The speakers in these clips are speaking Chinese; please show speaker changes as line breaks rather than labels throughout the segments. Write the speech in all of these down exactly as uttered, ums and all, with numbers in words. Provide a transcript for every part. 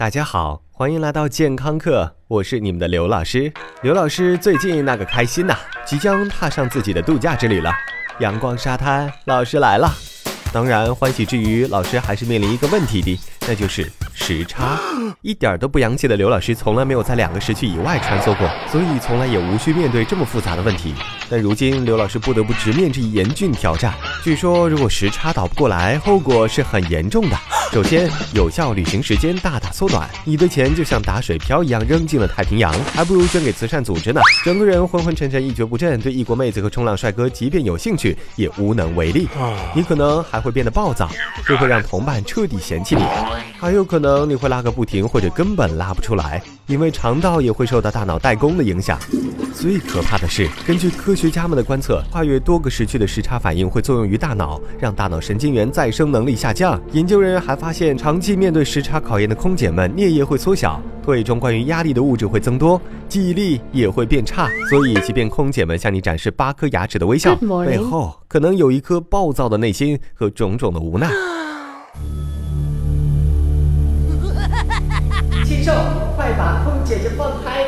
大家好，欢迎来到健康课，我是你们的刘老师。刘老师最近那个开心呐、啊，即将踏上自己的度假之旅了。阳光沙滩，老师来了。当然，欢喜之余，老师还是面临一个问题的，那就是时差。一点都不洋气的刘老师从来没有在两个时区以外穿梭过，所以从来也无需面对这么复杂的问题。但如今，刘老师不得不直面这一严峻挑战。据说，如果时差倒不过来，后果是很严重的。首先，有效旅行时间大大缩短，你的钱就像打水漂一样扔进了太平洋，还不如捐给慈善组织呢。整个人昏昏沉沉，一蹶不振，对异国妹子和冲浪帅哥即便有兴趣，也无能为力。你可能还会变得暴躁，这会让同伴彻底嫌弃你。还有可能你会拉个不停，或者根本拉不出来，因为肠道也会受到大脑代工的影响。最可怕的是，根据科学家们的观测，跨越多个时区的时差反应会作用于大脑，让大脑神经元再生能力下降。研究人员还发现，长期面对时差考验的空姐们颞叶会缩小，唾液中关于压力的物质会增多，记忆力也会变差。所以即便空姐们向你展示八颗牙齿的微笑，背后可能有一颗暴躁的内心和种种的无奈。
禽兽，快把空姐姐放开！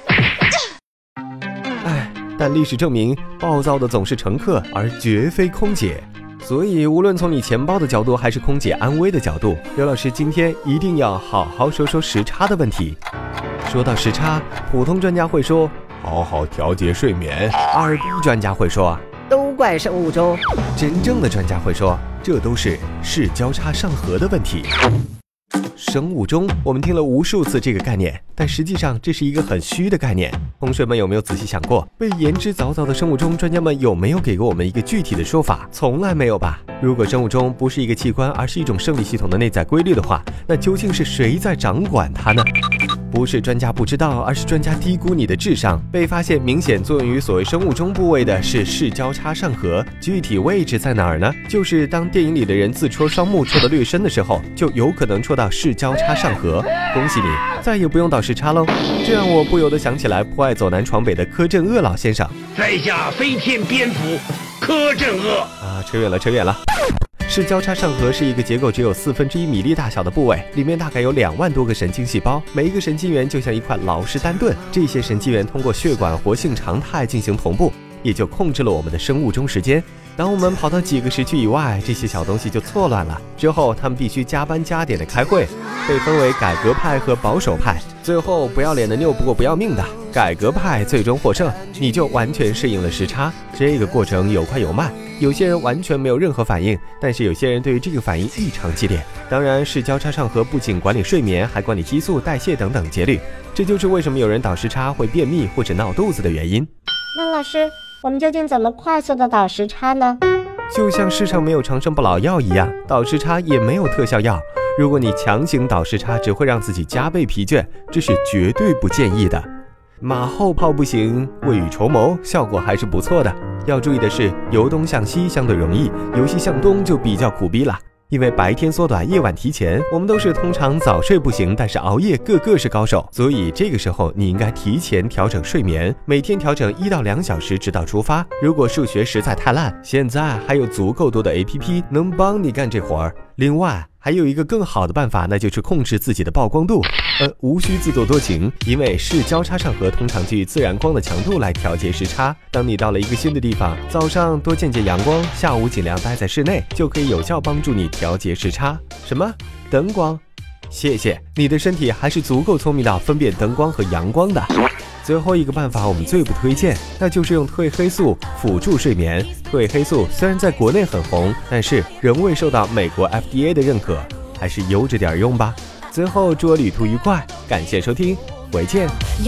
哎，但历史证明，暴躁的总是乘客，而绝非空姐。所以无论从你钱包的角度还是空姐安危的角度，刘老师今天一定要好好说说时差的问题。说到时差，普通专家会说好好调节睡眠，二逼专家会说
都怪生物钟，
真正的专家会说这都是视交叉上合的问题。生物钟，我们听了无数次这个概念，但实际上这是一个很虚的概念。同学们有没有仔细想过，被言之凿凿的生物钟，专家们有没有给过我们一个具体的说法？从来没有吧。如果生物钟不是一个器官，而是一种生理系统的内在规律的话，那究竟是谁在掌管它呢？不是专家不知道，而是专家低估你的智商。被发现明显作用于所谓生物钟部位的是视交叉上合，具体位置在哪儿呢？就是当电影里的人自戳双目戳得略深的时候，就有可能戳到视交叉上合。恭喜你，再也不用倒时差喽。这让我不由得想起来颇爱走南闯北的柯镇恶老先生。
在下飞天蝙蝠柯镇恶
啊，扯远了，扯远了。视交叉上合是一个结构只有四分之一米粒大小的部位，里面大概有两万多个神经细胞，每一个神经元就像一块老式单盾，这些神经元通过血管活性常态进行同步，也就控制了我们的生物钟时间。当我们跑到几个时区以外，这些小东西就错乱了，之后他们必须加班加点的开会，被分为改革派和保守派，最后不要脸的拗不过不要命的，改革派最终获胜，你就完全适应了时差。这个过程有快有慢，有些人完全没有任何反应，但是有些人对于这个反应异常激烈。当然，视交叉上合不仅管理睡眠，还管理激素、代谢等等节律，这就是为什么有人倒时差会便秘或者闹肚子的原因。
那老师，我们究竟怎么快速的倒时差呢？
就像世上没有长生不老药一样，倒时差也没有特效药。如果你强行倒时差，只会让自己加倍疲倦，这是绝对不建议的。马后炮不行，未雨绸缪，效果还是不错的。要注意的是，由东向西相对容易，由西向东就比较苦逼了。因为白天缩短，夜晚提前，我们都是通常早睡不行，但是熬夜个个是高手，所以这个时候你应该提前调整睡眠，每天调整一到两小时直到出发。如果数学实在太烂，现在还有足够多的 A P P 能帮你干这活儿。另外还有一个更好的办法，那就是控制自己的曝光度，呃，无需自作多情，因为视交叉上合通常基于自然光的强度来调节时差。当你到了一个新的地方，早上多见见阳光，下午尽量待在室内，就可以有效帮助你调节时差。什么？灯光？谢谢，你的身体还是足够聪明到分辨灯光和阳光的。最后一个办法我们最不推荐，那就是用褪黑素辅助睡眠。褪黑素虽然在国内很红，但是仍未受到美国 F D A 的认可，还是悠着点用吧。最后祝我旅途愉快，感谢收听，回见。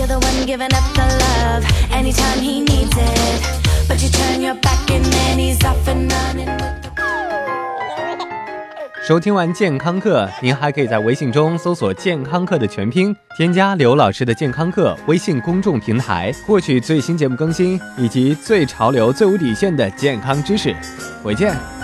收听完健康课，您还可以在微信中搜索健康课的全拼，添加刘老师的健康课微信公众平台，获取最新节目更新以及最潮流最无底线的健康知识。回见。